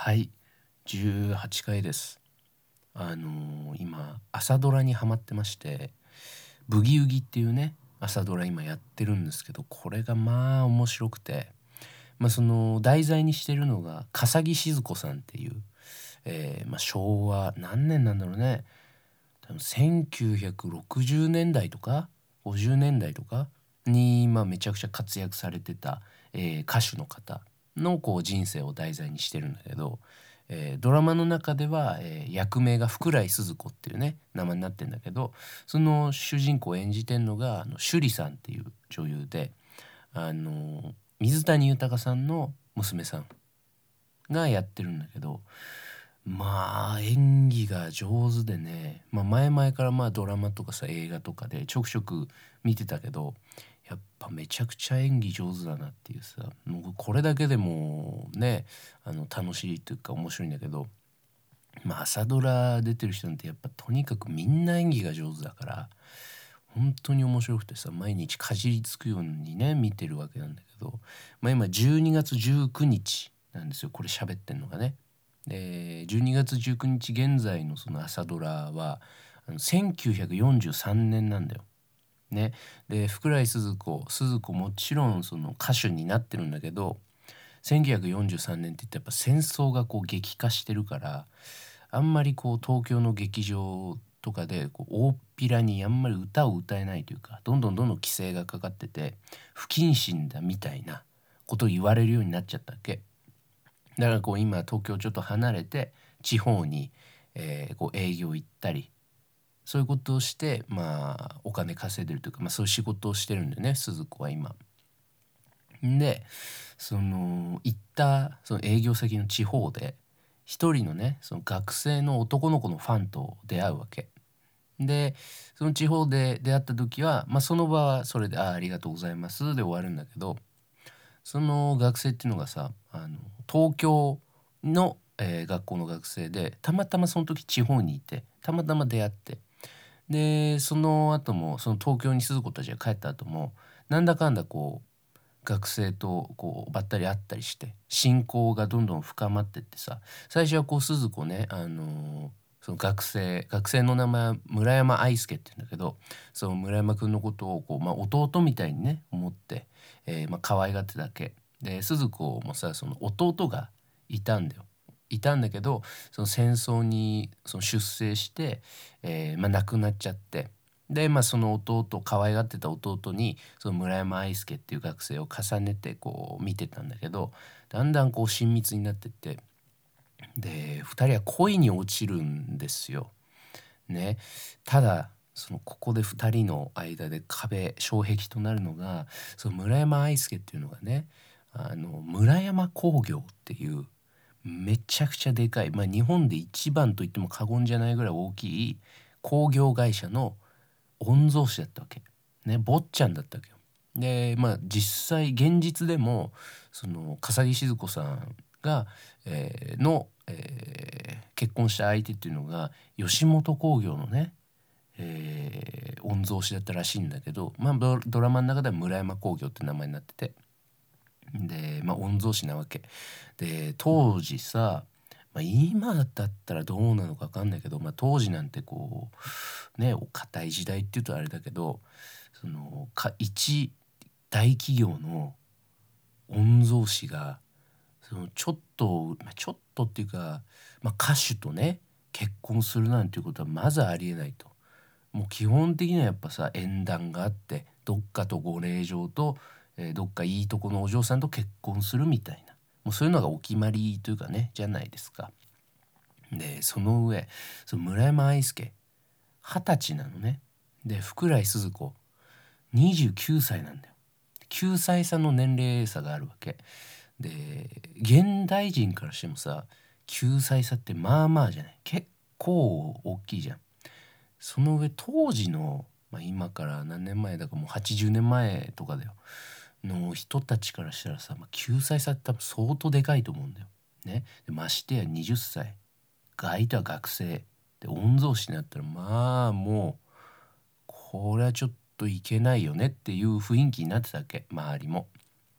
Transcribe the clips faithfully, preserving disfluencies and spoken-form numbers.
はい、じゅうはちかいです。あのー今朝ドラにハマってまして、ブギウギっていうね朝ドラ今やってるんですけど、これがまあ面白くて、まあその題材にしてるのが笠置シヅ子さんっていう、えーまあ、昭和何年なんだろうね、多分せんきゅうひゃくろくじゅうねんだいとかごじゅうねんだいとかに、まあ、めちゃくちゃ活躍されてた、えー歌手の方のこう人生を題材にしてるんだけど、えードラマの中では、えー役名が福来スズ子っていうね名前になってんだけど、その主人公を演じてんのがあの趣里さんっていう女優で、あの水谷豊さんの娘さんがやってるんだけど、まあ演技が上手でね、まあ、前々からまあドラマとかさ映画とかでちょくちょく見てたけど、やっぱめちゃくちゃ演技上手だなっていうさ、もうこれだけでもねあの楽しいというか面白いんだけど、まあ朝ドラ出てる人なんてやっぱとにかくみんな演技が上手だから本当に面白くてさ、毎日かじりつくようにね見てるわけなんだけど、まあ、今じゅうにがつじゅうくにちなんですよ、これ喋ってんのがね。でじゅうにがつじゅうくにち現在のその朝ドラはあのせんきゅうひゃくよんじゅうさんねんなんだよ。ね、で福来スズ子スズ子もちろんその歌手になってるんだけど、せんきゅうひゃくよんじゅうさんねんって言ってやっぱ戦争がこう激化してるから、あんまりこう東京の劇場とかでこう大っぴらにあんまり歌を歌えないというか、どんどんどんどん規制がかかってて不謹慎だみたいなことを言われるようになっちゃったわけ。だからこう今東京ちょっと離れて地方に、えーこう営業行ったりそういうことをしてまあお金稼いでるというか、まあ、そういう仕事をしてるんでね鈴子は今。でその行ったその営業先の地方で一人のねその学生の男の子のファンと出会うわけで、その地方で出会った時は、まあ、その場はそれで「ああありがとうございます」で終わるんだけど、その学生っていうのがさあの東京の、えー学校の学生で、たまたまその時地方にいてたまたま出会って、でその後もその東京に鈴子たちが帰った後もなんだかんだこう学生とこうばったり会ったりして親交がどんどん深まってってさ、最初はこう鈴子ね、あのーその学生学生の名前は村山愛介って言うんだけど、その村山くんのことをこう、まあ、弟みたいにね思って、えーまあ可愛がってただけで、鈴子もさその弟がいたんだよ。いたんだけどその戦争にその出征して、えーまあ、亡くなっちゃって、でまあその弟可愛がってた弟にその村山愛介っていう学生を重ねてこう見てたんだけど、だんだんこう親密になってって、でふたりは恋に落ちるんですよ。ね、ただそのここでふたりの間で壁障壁となるのが、その村山愛介っていうのがね、あの村山工業っていうめちゃくちゃでかい、まあ、日本で一番と言っても過言じゃないぐらい大きい工業会社の御曹司だったわけ。ね、坊ちゃんだったわけよ。でまあ実際現実でもその笠置シヅ子さんが、えーの、えー結婚した相手っていうのが吉本興業のね、えー御曹司だったらしいんだけど、まあ、ドドラマの中では村山興業って名前になってて、でまあ御曹司なわけで、当時さ、まあ、今だったらどうなのか分かんないけど、まあ、当時なんてこうねお堅い時代っていうとあれだけど、そのか一大企業の御曹司がそのちょっと、まあ、ちょっとっていうか、まあ、歌手とね結婚するなんていうことはまずありえないと。もう基本的にはやっぱさ縁談があってどっかとご令嬢と、えーどっかいいとこのお嬢さんと結婚するみたいな、もうそういうのがお決まりというかねじゃないですか。でその上その村山愛介はたちなのね。で福来スズ子にじゅうきゅうさいなんだよ。きゅうさい差の年齢差があるわけで、現代人からしてもさきゅうさい差ってまあまあじゃない、結構大きいじゃん。その上当時の、まあ、今から何年前だかもうはちじゅうねんまえとかだよの人たちからしたらさ、まあ、きゅうさい差って多分相当でかいと思うんだよ。ね、でましてやはたちが相手は学生で御曹司になったらまあもうこれはちょっといけないよねっていう雰囲気になってたわけ周りも。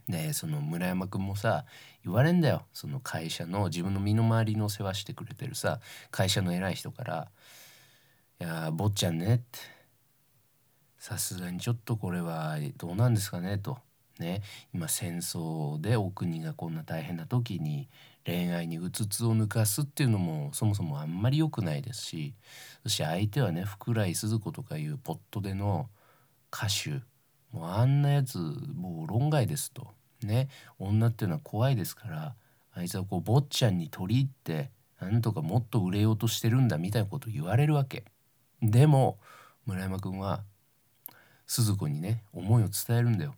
でその村山くんもさ言われんだよ、その会社の自分の身の回りの世話してくれてるさ会社の偉い人から「いやー坊ちゃんね」ってさすがにちょっとこれはどうなんですかねと。ね、今戦争でお国がこんな大変な時に恋愛にうつつを抜かすっていうのもそもそもあんまり良くないですし、そして相手はね福来スズ子とかいうポットでの歌手、もうあんなやつもう論外ですと。ね、女っていうのは怖いですから、あいつはこう坊ちゃんに取り入ってなんとかもっと売れようとしてるんだみたいなこと言われるわけ。でも村山くんは鈴子にね思いを伝えるんだよ。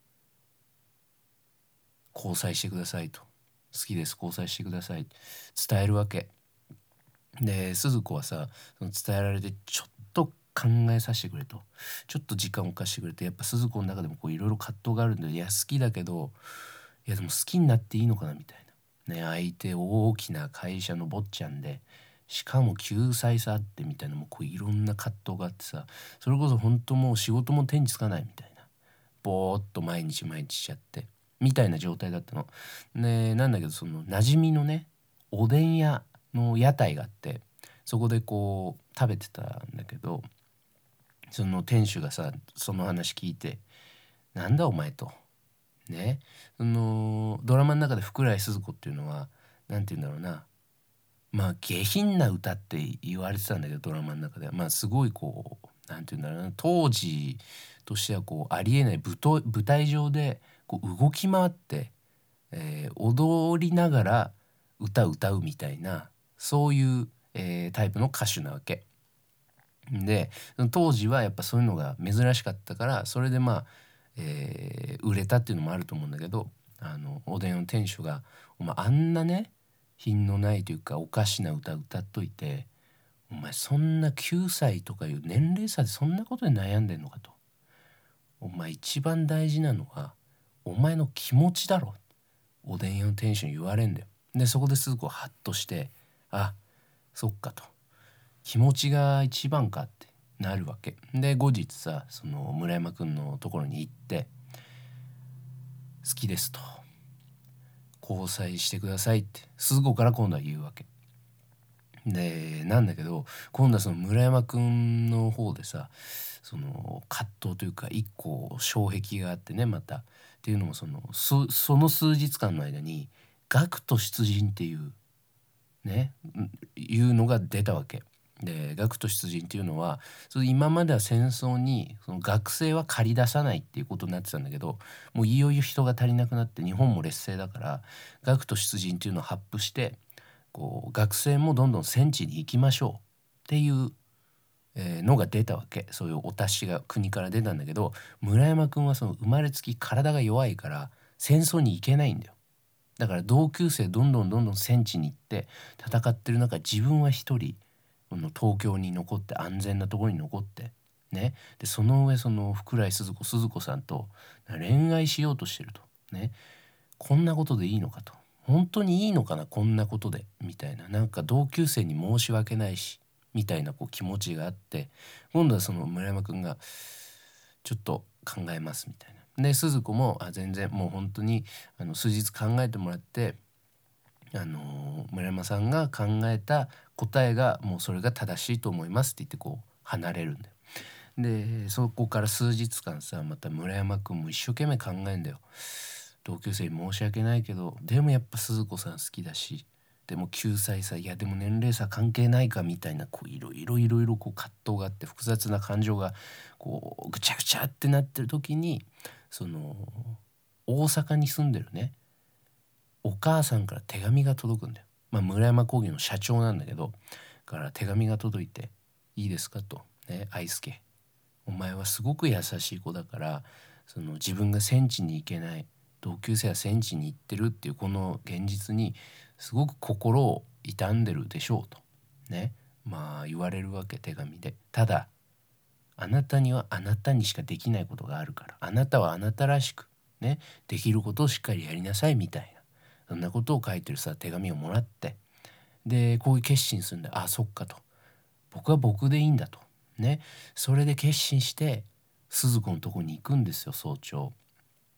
交際してくださいと、好きです交際してください伝えるわけで、鈴子はさその伝えられてちょっと考えさせてくれと、ちょっと時間を貸してくれて、やっぱ鈴子の中でもこういろいろ葛藤があるんで、いや好きだけどいやでも好きになっていいのかなみたいなね、相手大きな会社の坊ちゃんでしかもきゅうさい差あってみたいな、もうこういろんな葛藤があってさ、それこそ本当もう仕事も手につかないみたいな、ぼーっと毎日毎日しちゃってみたいな状態だったの。ね、なんだけどその馴染みのねおでん屋の屋台があって、そこでこう食べてたんだけど、その店主がさその話聞いて「なんだお前」と。ね、そのドラマの中で福来スズ子っていうのはなんて言うんだろうな、まあ下品な歌って言われてたんだけどドラマの中ではまあすごいこうなんて言うんだろうな、当時としてはこうありえない舞踏舞台上でこう動き回って、えー踊りながら歌歌うみたいなそういう、えータイプの歌手なわけで、当時はやっぱそういうのが珍しかったから、それでまあ、えー売れたっていうのもあると思うんだけど、あのおでんの店主が「お前あんなね品のないというかおかしな歌歌っといて、お前そんなきゅうさいとかいう年齢差でそんなことで悩んでんのか」と。お前一番大事なのはお前の気持ちだろ、おでん屋の店主に言われんだよ。でそこですぐハッとして、あ、そっかと、気持ちが一番かってなるわけで、後日さその村山くんのところに行って「好きです」と「交際してください」って鈴子から今度は言うわけで、なんだけど今度はその村山くんの方でさその葛藤というか一個障壁があってね、またっていうのもそのそその数日間の間に学徒出陣っていうねいうのが出たわけで、学徒出陣っていうのはそれ今までは戦争にその学生は駆り出さないっていうことになってたんだけど、もういよいよ人が足りなくなって日本も劣勢だから学徒出陣っていうのを発布して、こう学生もどんどん戦地に行きましょうっていう、えーのが出たわけ。そういうお達しが国から出たんだけど、村山くんはその生まれつき体が弱いから戦争に行けないんだよ。だから同級生どんどんどんどん戦地に行って戦ってる中、自分は一人この東京に残って安全なところに残ってね、でその上その福来スズ子鈴子さんと恋愛しようとしてるとね、こんなことでいいのかと、本当にいいのかなこんなことでみたいな、なんか同級生に申し訳ないしみたいなこう気持ちがあって、今度はその村山くんがちょっと考えますみたいな。で鈴子もあ全然もう本当にあの数日考えてもらって、あの村山さんが考えた答えがもうそれが正しいと思いますって言ってこう離れるんだよ。でそこから数日間さまた村山くんも一生懸命考えんだよ。同級生に申し訳ないけどでもやっぱ鈴子さん好きだし、でもきゅうさい差、いやでも年齢差関係ないかみたいなこういろいろいろいろこう葛藤があって複雑な感情がこうぐちゃぐちゃってなってる時に、その大阪に住んでるねお母さんから手紙が届くんだよ。まあ村山工業の社長なんだけどから手紙が届いて「いいですか」とね「愛介お前はすごく優しい子だから、その自分が戦地に行けない、同級生は戦地に行ってるっていうこの現実にすごく心を痛んでるでしょう」とねまあ言われるわけ手紙で。ただあなたにはあなたにしかできないことがあるから、あなたはあなたらしくねできることをしっかりやりなさいみたいな、そんなことを書いてるさ手紙をもらって、でこういう決心するんだ。あそっかと、僕は僕でいいんだとね、それで決心して鈴子のとこに行くんですよ早朝。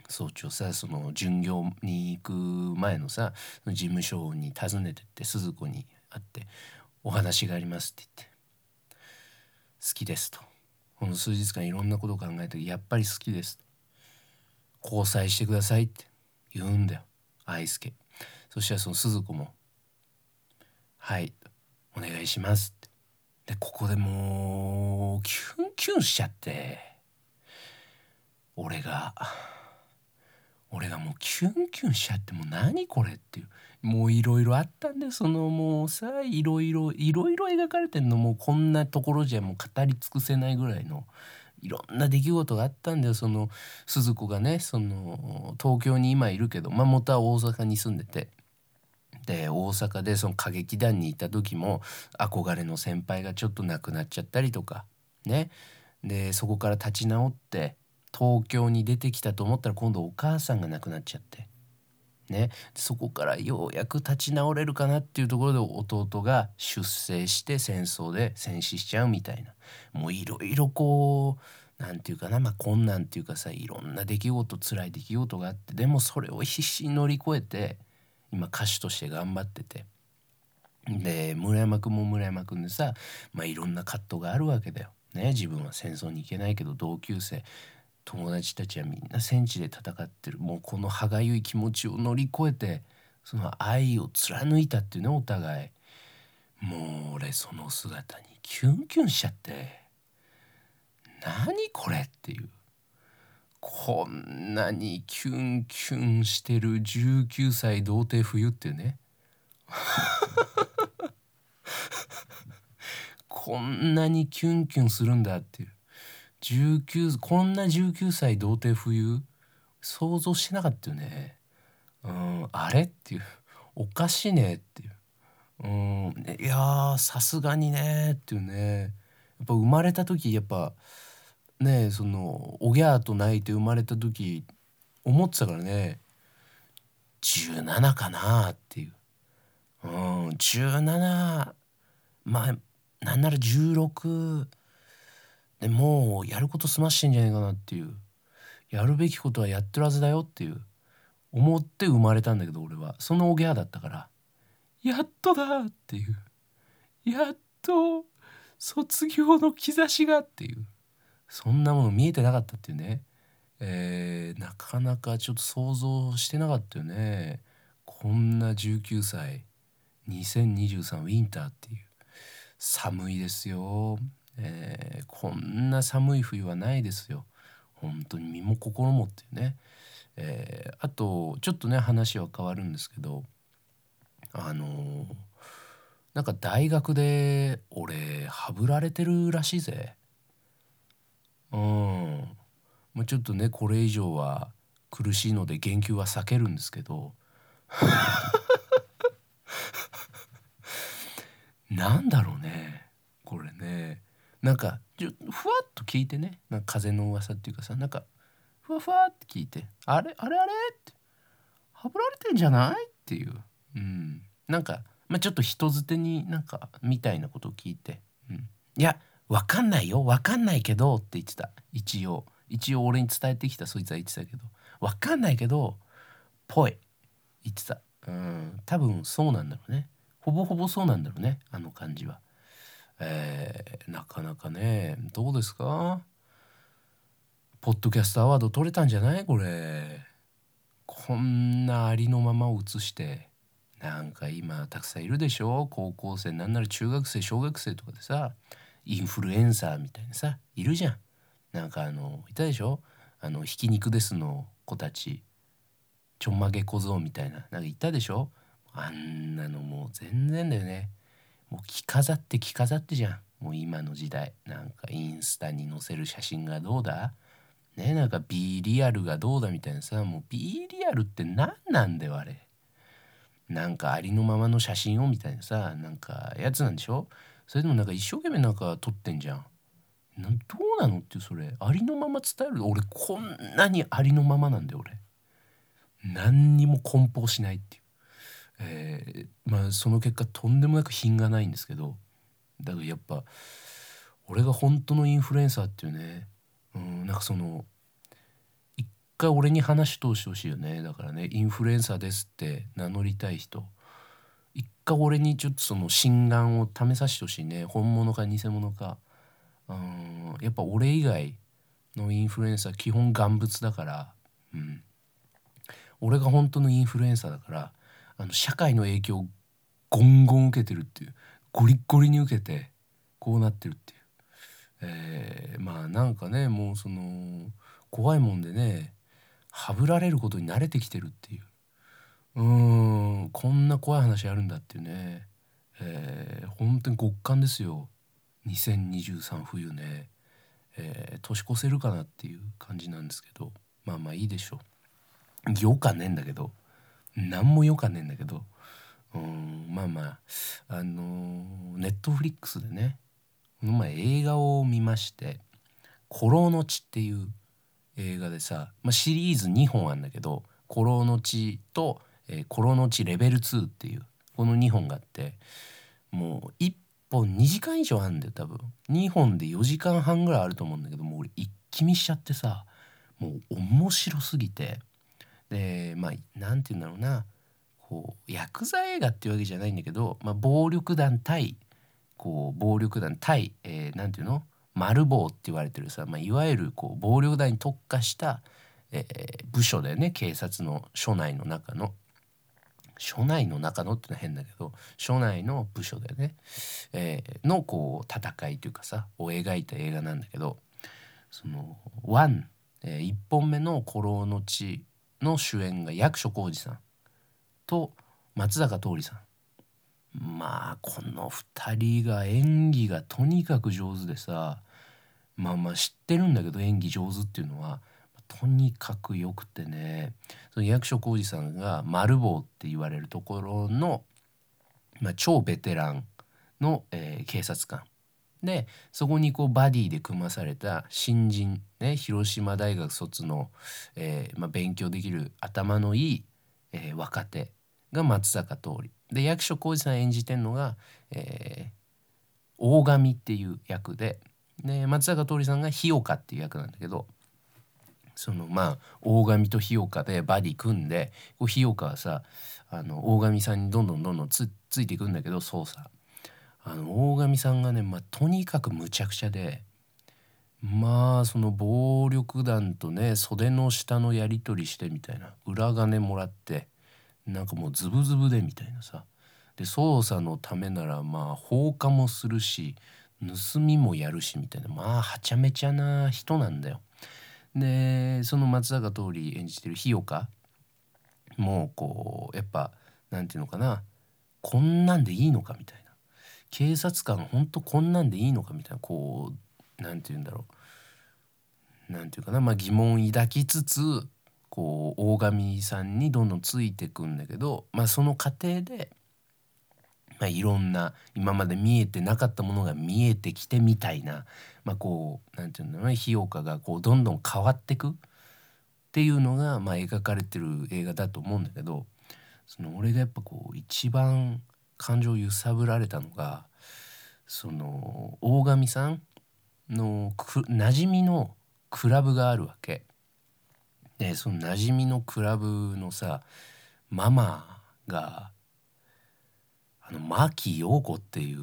早朝さ、その巡業に行く前のさ、その事務所に訪ねてって鈴子に会ってお話がありますって言って、好きですと、この数日間いろんなことを考えてやっぱり好きですと、交際してくださいって言うんだよ愛介。そしたらその鈴子もはいお願いしますって。でここでもうキュンキュンしちゃって、俺が俺がもうキュンキュンしちゃって、もう何これっていう、もういろいろあったんで、そのもうさ、いろいろいろいろ描かれてんの、もうこんなところじゃもう語り尽くせないぐらいのいろんな出来事があったんだよ。その鈴子がね、その東京に今いるけど、まあ元は大阪に住んでて、で大阪でその歌劇団にいた時も憧れの先輩がちょっと亡くなっちゃったりとかね、でそこから立ち直って東京に出てきたと思ったら今度お母さんが亡くなっちゃってね、そこからようやく立ち直れるかなっていうところで弟が出征して戦争で戦死しちゃうみたいな、もういろいろこうなんていうかな、まあ困難っていうかさ、いろんな出来事、辛い出来事があって、でもそれを必死に乗り越えて今歌手として頑張ってて、で村山くんも村山くんでさ、まあいろんな葛藤があるわけだよね。自分は戦争に行けないけど同級生友達たちはみんな戦地で戦ってる、もうこの歯がゆい気持ちを乗り越えてその愛を貫いたっていうね、お互い。もう俺その姿にキュンキュンしちゃって、何これっていう、こんなにキュンキュンしてるじゅうきゅうさい童貞冬っていうね、こんなにキュンキュンするんだっていう、じゅうきゅうこんなじゅうきゅうさい童貞冬想像してなかったよね。うん、あれっていう、おかしいねっていう、うん、いやーさすがにねっていうね。やっぱ生まれた時やっぱね、そのおぎゃーと泣いて生まれた時思ってたからね、じゅうななかなっていう、うん、じゅうなな、まあなんならじゅうろくでもうやること済ましてんじゃないかなっていう、やるべきことはやってるはずだよっていう思って生まれたんだけど、俺はそのおぎゃーだったから、やっとだっていう、やっと卒業の兆しがっていう、そんなもの見えてなかったっていうね、えーなかなかちょっと想像してなかったよね。こんなじゅうきゅうさいにせんにじゅうさんウィンターっていう、寒いですよ、えーこんな寒い冬はないですよ本当に、身も心もっていうね。えーあとちょっとね話は変わるんですけど、あのーなんか大学で俺ハブられてるらしいぜ。うん、まあ、ちょっとねこれ以上は苦しいので言及は避けるんですけど、なんだろうねこれね、なんかちょふわっと聞いてね、なんか風の噂っていうかさ、なんかふわふわって聞いて、あれあれあれってハブられてんじゃないっていう、うん、なんか、まあ、ちょっと人づてになんかみたいなことを聞いて、うん、いやわかんないよわかんないけどって言ってた。一応一応俺に伝えてきたそいつは言ってたけど、わかんないけどぽい言ってた。うん、多分そうなんだろうね、ほぼほぼそうなんだろうね、あの感じは。えー、なかなかね、どうですか、ポッドキャストアワード取れたんじゃないこれ。こんなありのままを映して、なんか今たくさんいるでしょ、高校生なんなら中学生小学生とかでさ、インフルエンサーみたいなさいるじゃん。なんかあのいたでしょ、あのひき肉ですの子たち、ちょんまげ小僧みたいな、なんかいたでしょ。あんなのもう全然だよね。もう着飾って着飾ってじゃん、もう今の時代。なんかインスタに載せる写真がどうだね、なんか B リアルがどうだみたいなさ、もう B リアルって何なんだよあれ。なんかありのままの写真をみたいなさ、なんかやつなんでしょ。それでもなんか一生懸命なんか撮ってんじゃん。なんどうなのっていう、それありのまま伝える。俺こんなにありのままなんだよ俺。何にも梱包しないっていう、えーまあその結果とんでもなく品がないんですけど、だからやっぱ俺が本当のインフルエンサーっていうね、うん、なんかその回俺に話通してほしいよね。だからね、インフルエンサーですって名乗りたい人、一回俺にちょっとその心眼を試させてほしいね。本物か偽物か。うん、やっぱ俺以外のインフルエンサー基本頑物だから、うん、俺が本当のインフルエンサーだから、あの社会の影響をゴンゴン受けてるっていう、ゴリッゴリに受けてこうなってるっていう、えー、まあなんかね、もうその怖いもんでね、はぶられることに慣れてきてるっていう、うーん、こんな怖い話あるんだっていうね、えー、本当に極寒ですよにせんにじゅうさん冬ね、えー、年越せるかなっていう感じなんですけど、まあまあいいでしょう。よかねえんだけど、なんもよかねえんだけど、うん、まあまああのー、ネットフリックスでね、この前映画を見まして「孤狼の血」っていう映画でさ、まあ、シリーズにほんあるんだけど、「孤狼の血」と、えー「孤狼の血レベルツー」っていうこのにほんがあって、もういっぽんにじかん以上あるんだよ多分。にほんでよじかんはんぐらいあると思うんだけど、もう俺一気見しちゃってさ、もう面白すぎて、でまあなんて言うんだろうな、こうヤクザ映画っていうわけじゃないんだけど、まあ、暴力団対こう暴力団対、えー、なんていうの、マル暴って言われてるさ、まあ、いわゆるこう暴力団に特化した、えー、部署だよね。警察の署内の中の署内の中のってのは変だけど、署内の部署だよね、えー、のこう戦いというかさを描いた映画なんだけど、そのワン、えー、いっぽんめの「孤狼の血」の主演が役所広司さんと松坂桃李さん。まあこのふたりが演技がとにかく上手でさ、まあまあ知ってるんだけど演技上手っていうのはとにかくよくてね、その役所広司さんがマル暴って言われるところの、まあ、超ベテランの、えー警察官で、そこにこうバディで組まされた新人、ね、広島大学卒の、えーまあ、勉強できる頭のいい、えー若手が松坂桃李で、役所広司さん演じてんのが、えー大神っていう役で、で松坂桃李さんが日岡っていう役なんだけど、そのまあ大神と日岡でバディ組んで、こう日岡はさ、あの大神さんにどんどんどんどんつついていくんだけど、捜査、あの大神さんがね、まあ、とにかくむちゃくちゃで、まあその暴力団とね袖の下のやり取りしてみたいな、裏金もらってなんかもうズブズブでみたいなさ、で捜査のためならまあ放火もするし盗みもやるしみたいな、まあはちゃめちゃな人なんだよ。でその松坂桃李演じてる日岡もうこうやっぱなんていうのかな、こんなんでいいのかみたいな、警察官ほんとこんなんでいいのかみたいな、こうなんて言うんだろう、なんていうかな、まあ疑問抱きつつこう大神さんにどんどんついてくんだけど、まあその過程で、まあ、いろんな今まで見えてなかったものが見えてきてみたいな、まあこうなんていうんだろうね、日岡がこうどんどん変わってくっていうのがまあ描かれてる映画だと思うんだけど、その俺がやっぱこう一番感情揺さぶられたのが、その大神さんのく馴染みのクラブがあるわけで、その馴染みのクラブのさママがあの牧陽子っていう、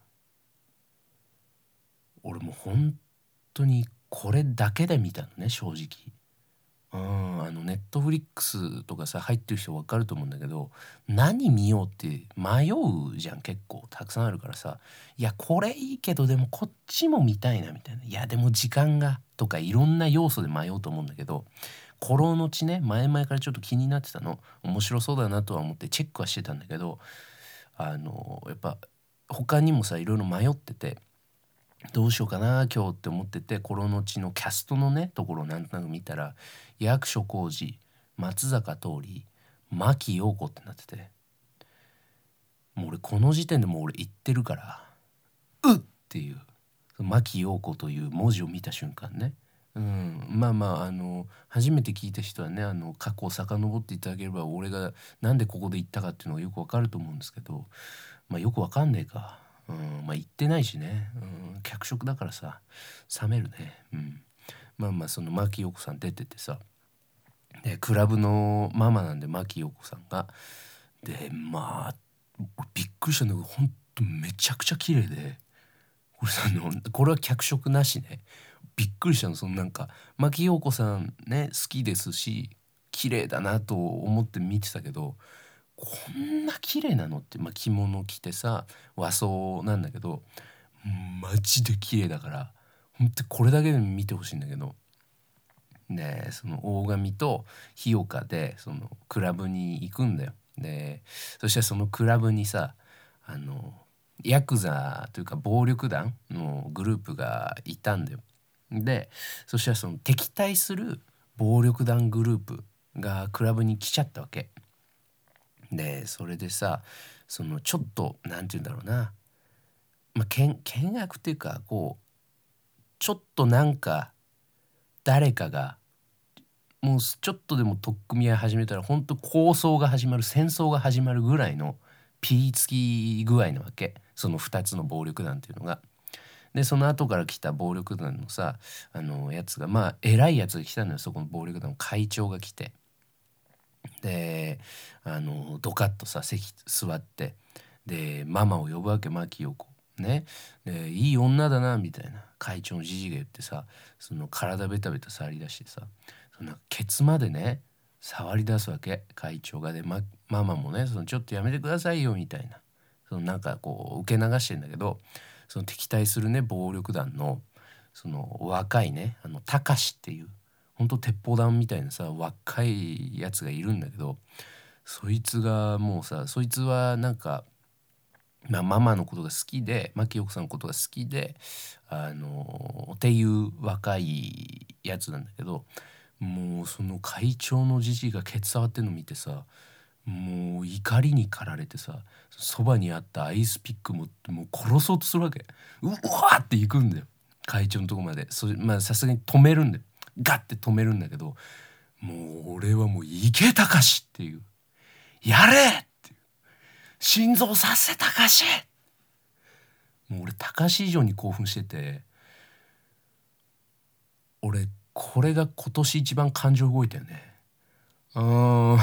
俺もう本当にこれだけで見たのね正直。うん、あのネットフリックスとかさ入ってる人分かると思うんだけど、何見ようって迷うじゃん、結構たくさんあるからさ、いやこれいいけどでもこっちも見たいなみたいな、いやでも時間がとかいろんな要素で迷うと思うんだけど、「孤狼の血」ね、前々からちょっと気になってたの、面白そうだなとは思ってチェックはしてたんだけど、あのやっぱ他にもさいろいろ迷ってて、どうしようかな今日って思ってて、コロのちのキャストのねところをなんとなく見たら、役所広司、松坂桃李、牧陽子ってなってて、もう俺この時点でもう俺言ってるから、うっっていう、牧陽子という文字を見た瞬間ね、うん、まあまああの初めて聞いた人はね、あの過去を遡っていただければ俺がなんでここで言ったかっていうのがよくわかると思うんですけど、まあよくわかんねえか、うん、まあ言ってないしね、うん、脚色だからさ冷めるね、うん、まあまあその牧陽子さん出ててさ、 でクラブのママなんで牧陽子さんが。でまあびっくりしたんだけどほんとめちゃくちゃ綺麗で、これあのこれは脚色なしね、びっくりしたの。そのなんか牧陽子さんね好きですし綺麗だなと思って見てたけど、こんな綺麗なのって、まあ、着物着てさ和装なんだけどマジで綺麗だから、ほんとこれだけでも見てほしいんだけど。でその大神と日岡でそのクラブに行くんだよ。でそしたらそのクラブにさあのヤクザというか暴力団のグループがいたんだよ。でそしたらその敵対する暴力団グループがクラブに来ちゃったわけで、それでさそのちょっとなんて言うんだろうな、まあ、見見学っていうかこうちょっとなんか誰かがもうちょっとでも取っ組み合い始めたら本当抗争が始まる、戦争が始まるぐらいのピリつき具合なわけ、そのふたつの暴力団っていうのが。でその後から来た暴力団のさあのやつがまあ偉いやつが来たのよ。そこの暴力団の会長が来て、であのドカッとさ席座って、でママを呼ぶわけ、牧陽子ね。でいい女だなみたいな会長のじじが言ってさ、その体ベタベタ触り出してさ、そのケツまでね触り出すわけ会長が。で、ま、ママもねそのちょっとやめてくださいよみたいな、そのなんかこう受け流してんだけど、その敵対するね暴力団のその若いねあのたかしっていうほんと鉄砲弾みたいなさ若いやつがいるんだけど、そいつがもうさそいつはなんか、まあ、ママのことが好きで牧陽子さんのことが好きであのっていう若いやつなんだけど、もうその会長のじじいがケツ触ってんの見てさもう怒りに駆られてさ、そばにあったアイスピック持ってもう殺そうとするわけ。うわーって行くんだよ会長のとこまで。そまあさすがに止めるんだよ、ガッて止めるんだけど、もう俺はもう「行けたかし」っていう「やれ!」っていう「心臓させたかし」、もう俺たかし以上に興奮してて、俺これが今年一番感情動いたよね。うーん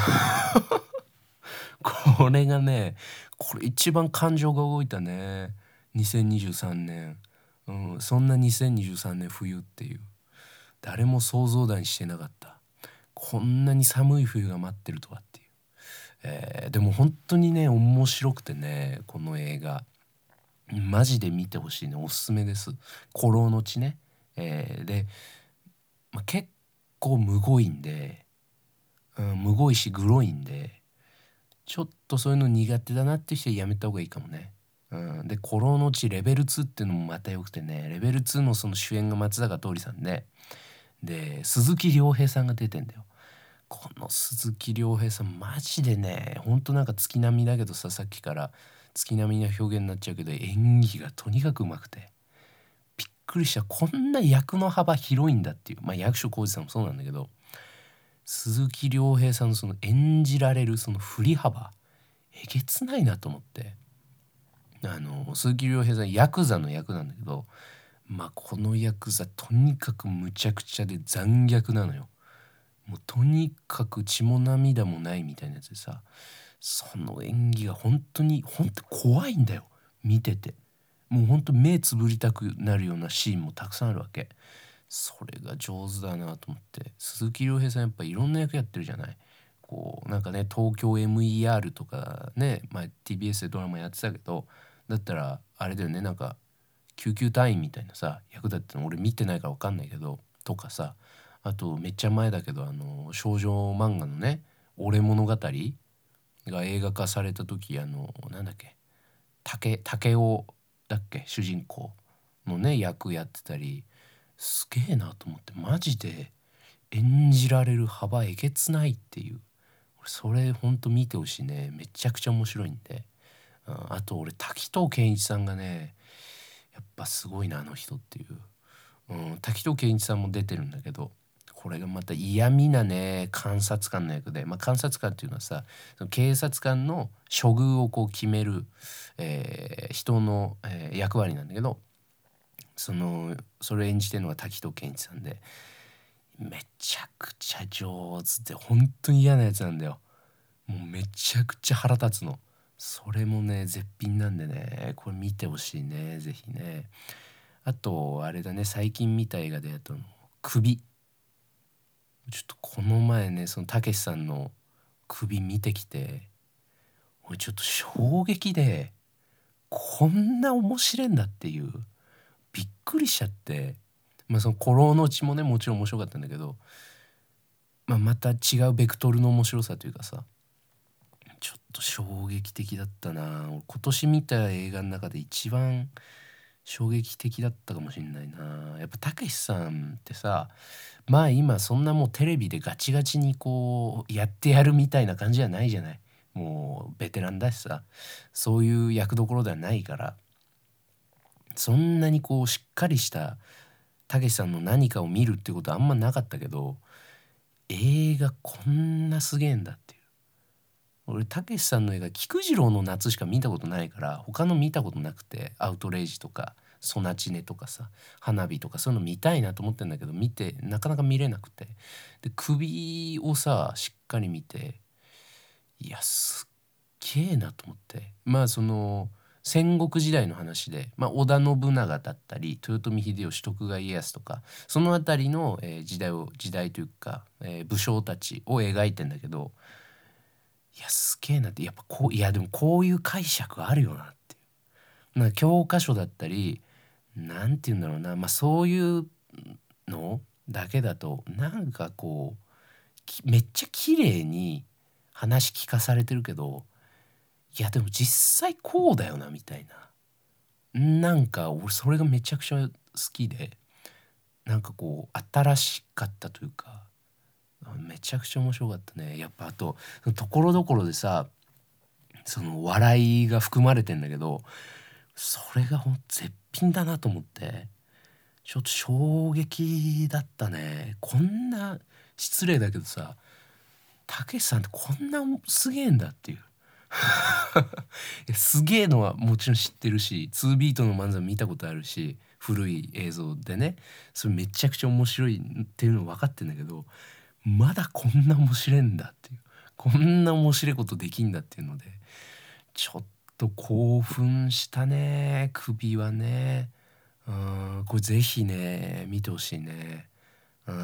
これがねこれ一番感情が動いたねにせんにじゅうさんねん、うん、そんなにせんにじゅうさんねん冬っていう誰も想像だにしてなかった、こんなに寒い冬が待ってるとはっていう、えーでも本当にね面白くてねこの映画マジで見てほしいね、おすすめです。古老の地ね、えーで、まあ、結構むごいんで、うん、むごいしグロいんでちょっとそういうの苦手だなっていう人はやめた方がいいかもね。うん、で「孤狼の血レベルツー」っていうのもまたよくてね、レベルツーのその主演が松坂桃李さんで、で鈴木亮平さんが出てんだよ。この鈴木亮平さんマジでねほんとなんか月並みだけどさ、さっきから月並みな表現になっちゃうけど演技がとにかくうまくてびっくりした。こんな役の幅広いんだっていう、まあ役所広司さんもそうなんだけど鈴木亮平さんのその演じられるその振り幅えげつないなと思って、あの鈴木亮平さんヤクザの役なんだけど、まあこのヤクザとにかくむちゃくちゃで残虐なのよ。もうとにかく血も涙もないみたいなやつでさ、その演技が本当に本当怖いんだよ見てて。もう本当目つぶりたくなるようなシーンもたくさんあるわけ。それが上手だなと思って。鈴木亮平さんやっぱいろんな役やってるじゃない。こうなんかね東京 エムイーアール とかね、まあ、ティービーエス でドラマやってたけど、だったらあれだよね、なんか救急隊員みたいなさ役だっての俺見てないから分かんないけどとかさ、あとめっちゃ前だけどあの少女漫画のね「俺物語」が映画化された時、あのなんだっけ竹竹雄だっけ主人公のね役やってたり、すげえなと思って、マジで演じられる幅えげつないっていう、それほんと見てほしいね、めちゃくちゃ面白いんで。うん、あと俺滝藤賢一さんがねやっぱすごいなあの人っていう、うん、滝藤賢一さんも出てるんだけど、これがまた嫌味なね監察官の役で、まあ、監察官っていうのはさその警察官の処遇をこう決める、えー人の、えー役割なんだけど、そのそれを演じてるのが滝藤賢一さんで、 めちゃくちゃ上手で本当に嫌なやつなんだよ。もうめちゃくちゃ腹立つの。それもね絶品なんでね、これ見てほしいね、ぜひね。あとあれだね、最近見た映画でやったの首。ちょっとこの前ねそのたけしさんの首見てきて、俺ちょっと衝撃で、こんな面白いんだっていう、びっくりしちゃって。まあその「孤狼の血」もねもちろん面白かったんだけど、まあ、また違うベクトルの面白さというかさ、ちょっと衝撃的だったな。俺今年見た映画の中で一番衝撃的だったかもしんないな。やっぱたけしさんってさ、まあ今そんなもうテレビでガチガチにこうやってやるみたいな感じじゃないじゃない。もうベテランだしさ、そういう役どころではないから、そんなにこうしっかりしたたけしさんの何かを見るってことはあんまなかったけど、映画こんなすげえんだっていう。俺たけしさんの映画菊次郎の夏しか見たことないから、他の見たことなくて、アウトレイジとかソナチネとかさ、花火とかそういうの見たいなと思ってんだけど、見てなかなか見れなくて、で首をさしっかり見て、いやすっげえなと思って。まあその戦国時代の話で、まあ、織田信長だったり豊臣秀吉徳川家康とかその辺りの、えー時代を時代というか、えー武将たちを描いてんだけど、いやすげえなって。やっぱこう、いやでもこういう解釈あるよなっていう、なんか教科書だったりなんて言うんだろうな、まあそういうのだけだとなんかこうきめっちゃ綺麗に話聞かされてるけど、いやでも実際こうだよなみたいな、なんか俺それがめちゃくちゃ好きで、なんかこう新しかったというか、めちゃくちゃ面白かったね。やっぱあとところどころでさ、その笑いが含まれてんだけど、それがほんと絶品だなと思って、ちょっと衝撃だったね。こんな失礼だけどさ、たけしさんってこんなすげえんだっていう。いやすげえのはもちろん知ってるし、ツービートの漫才見たことあるし、古い映像でね、それめちゃくちゃ面白いっていうの分かってんだけど、まだこんな面白いんだっていう、こんな面白いことできんだっていうので、ちょっと興奮したね。首はね、うん、これぜひね見てほしいね。うん、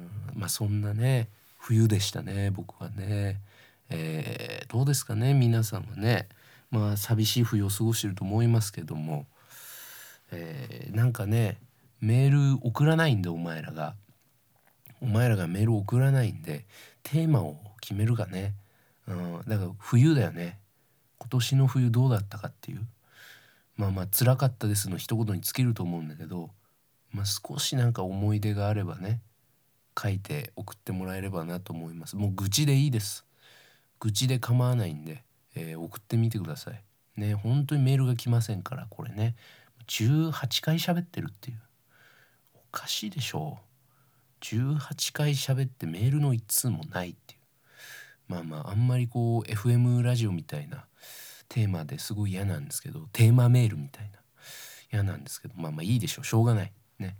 まあそんなね冬でしたね僕はね。えーどうですかね皆さんはね。まあ寂しい冬を過ごしてると思いますけども、えーなんかねメール送らないんで、お前らがお前らがメール送らないんで、テーマを決めるかね。うん、だから冬だよね。今年の冬どうだったかっていう、まあまあ辛かったですの一言に尽きると思うんだけど、まあ少しなんか思い出があればね、書いて送ってもらえればなと思います。もう愚痴でいいです。愚痴で構わないんで、えー送ってみてくださいね。本当にメールが来ませんから、これねじゅうはちかい喋ってるっていう、おかしいでしょう。じゅうはちかい喋ってメールの一通もないっていう、まあまああんまりこう エフエム ラジオみたいなテーマですごい嫌なんですけど、テーマメールみたいな嫌なんですけど、まあまあいいでしょう、しょうがないね。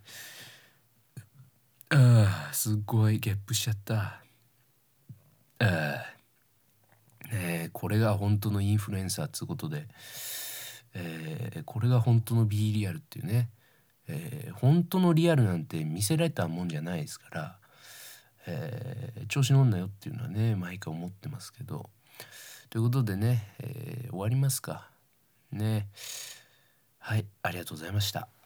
あーすっごいゲップしちゃった。あーねえ、これが本当のインフルエンサーっつうことで、えーこれが本当の B リアルっていうね、えー本当のリアルなんて見せられたもんじゃないですから、えー調子乗んなよっていうのはね毎回思ってますけど、ということでね、えー終わりますかね。はい、ありがとうございました。